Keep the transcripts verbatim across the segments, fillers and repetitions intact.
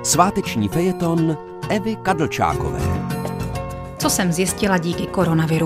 Sváteční fejeton Evy Kadlčákové. Co jsem zjistila díky koronaviru?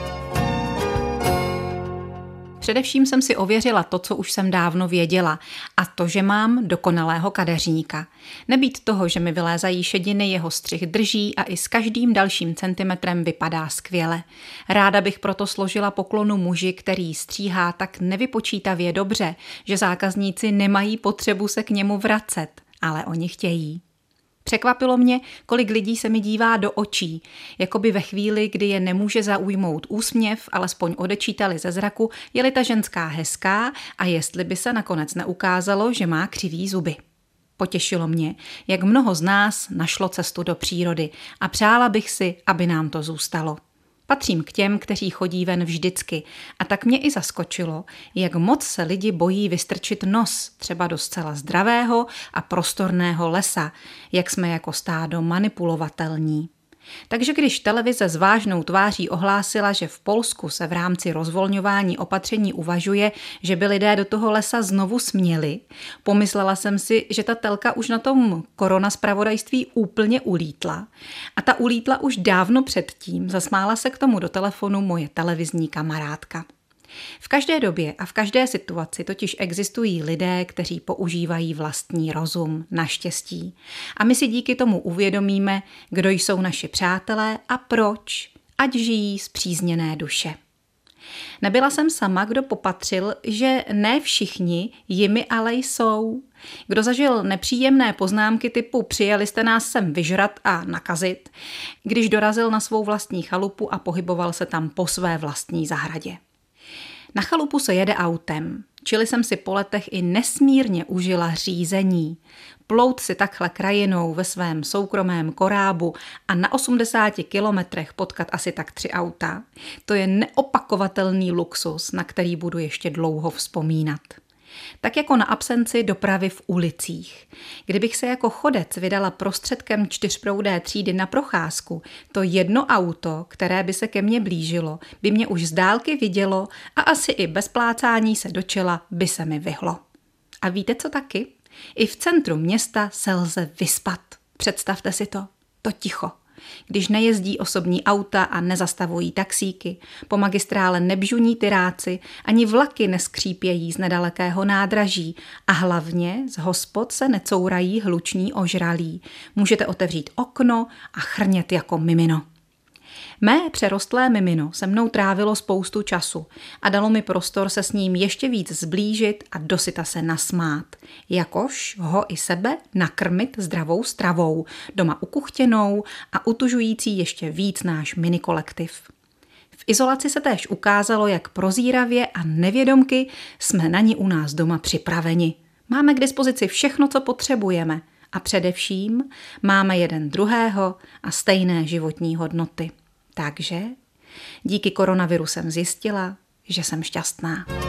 Především jsem si ověřila to, co už jsem dávno věděla, a to, že mám dokonalého kadeřníka. Nebýt toho, že mi vylézají šediny, jeho střih drží a i s každým dalším centimetrem vypadá skvěle. Ráda bych proto složila poklonu muži, který stříhá tak nevypočítavě dobře, že zákazníci nemají potřebu se k němu vracet, ale oni chtějí. Překvapilo mě, kolik lidí se mi dívá do očí, jako by ve chvíli, kdy je nemůže zaujmout úsměv, alespoň odečítali ze zraku, je-li ta ženská hezká a jestli by se nakonec neukázalo, že má křivý zuby. Potěšilo mě, jak mnoho z nás našlo cestu do přírody a přála bych si, aby nám to zůstalo. Patřím k těm, kteří chodí ven vždycky, a tak mě i zaskočilo, jak moc se lidi bojí vystrčit nos třeba do zcela zdravého a prostorného lesa, jak jsme jako stádo manipulovatelní. Takže když televize s vážnou tváří ohlásila, že v Polsku se v rámci rozvolňování opatření uvažuje, že by lidé do toho lesa znovu směli, pomyslela jsem si, že ta telka už na tom koronaspravodajství úplně ulítla. A ta ulítla už dávno předtím, zasmála se k tomu do telefonu moje televizní kamarádka. V každé době a v každé situaci totiž existují lidé, kteří používají vlastní rozum, naštěstí. A my si díky tomu uvědomíme, kdo jsou naši přátelé a proč, ať žijí spřízněné duše. Nebyla jsem sama, kdo popatřil, že ne všichni jimi ale jsou. Kdo zažil nepříjemné poznámky typu přijeli jste nás sem vyžrat a nakazit, když dorazil na svou vlastní chalupu a pohyboval se tam po své vlastní zahradě. Na chalupu se jede autem, čili jsem si po letech i nesmírně užila řízení. Plout si takhle krajinou ve svém soukromém korábu a na osmdesáti kilometrech potkat asi tak tři auta, to je neopakovatelný luxus, na který budu ještě dlouho vzpomínat. Tak jako na absenci dopravy v ulicích. Kdybych se jako chodec vydala prostředkem čtyřproudé třídy na procházku, to jedno auto, které by se ke mně blížilo, by mě už z dálky vidělo a asi i bez plácání se do čela by se mi vyhlo. A víte co taky? I v centru města se lze vyspat. Představte si to, to ticho. Když nejezdí osobní auta a nezastavují taxíky, po magistrále nebžuní tyráci, ani vlaky neskřípějí z nedalekého nádraží a hlavně z hospod se necourají hluční ožralí. Můžete otevřít okno a chrnět jako mimino. Mé přerostlé mimino se mnou trávilo spoustu času a dalo mi prostor se s ním ještě víc zblížit a dosyta se nasmát, jakož ho i sebe nakrmit zdravou stravou, doma ukuchtěnou a utužující ještě víc náš minikolektiv. V izolaci se též ukázalo, jak prozíravě a nevědomky jsme na ní u nás doma připraveni. Máme k dispozici všechno, co potřebujeme a především máme jeden druhého a stejné životní hodnoty. Takže díky koronaviru jsem zjistila, že jsem šťastná.